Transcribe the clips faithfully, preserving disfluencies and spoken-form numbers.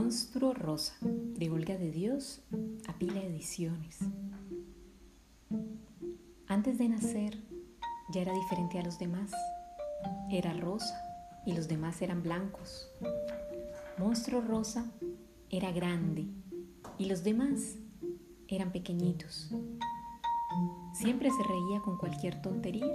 Monstruo Rosa, de Olga de Dios, a Pila Ediciones. Antes de nacer, ya era diferente a los demás. Era rosa y los demás eran blancos. Monstruo Rosa era grande y los demás eran pequeñitos. Siempre se reía con cualquier tontería,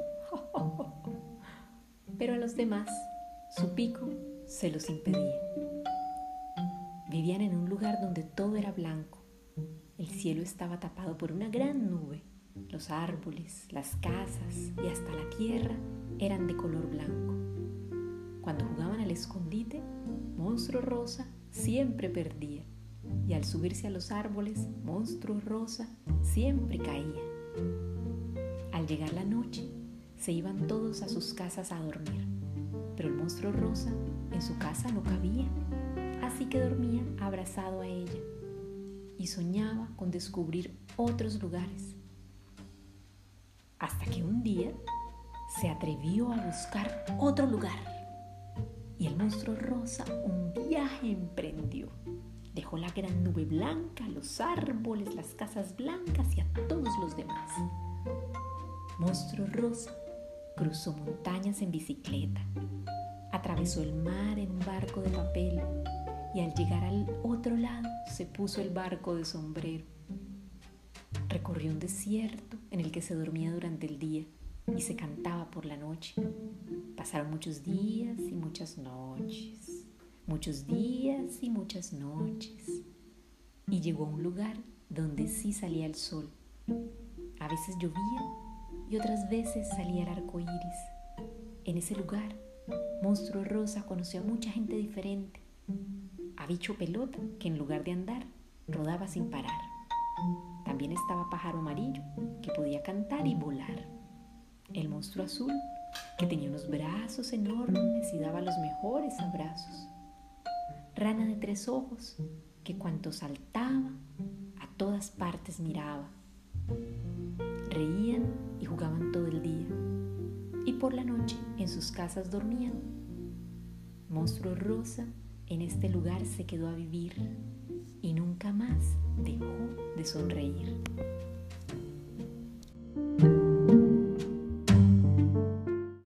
pero a los demás su pico se los impedía. Vivían en un lugar donde todo era blanco. El cielo estaba tapado por una gran nube. Los árboles, las casas y hasta la tierra eran de color blanco. Cuando jugaban al escondite, Monstruo Rosa siempre perdía. Y al subirse a los árboles, Monstruo Rosa siempre caía. Al llegar la noche, se iban todos a sus casas a dormir. Pero el Monstruo Rosa en su casa no cabía. Así que dormía abrazado a ella y soñaba con descubrir otros lugares. Hasta que un día se atrevió a buscar otro lugar y el Monstruo Rosa un viaje emprendió. Dejó la gran nube blanca, los árboles, las casas blancas y a todos los demás. Monstruo Rosa cruzó montañas en bicicleta, atravesó el mar en un barco de papel y al llegar al otro lado se puso el barco de sombrero. Recorrió un desierto en el que se dormía durante el día y se cantaba por la noche. Pasaron muchos días y muchas noches, muchos días y muchas noches. Y llegó a un lugar donde sí salía el sol. A veces llovía y otras veces salía el arco iris. En ese lugar, Monstruo Rosa conoció a mucha gente diferente. A Bicho Pelota, que en lugar de andar, rodaba sin parar. También estaba Pájaro Amarillo, que podía cantar y volar. El Monstruo Azul, que tenía unos brazos enormes y daba los mejores abrazos. Rana de tres ojos, que cuanto saltaba, a todas partes miraba. Reían y jugaban todo el día. Y por la noche en sus casas dormían. Monstruo Rosa en este lugar se quedó a vivir y nunca más dejó de sonreír.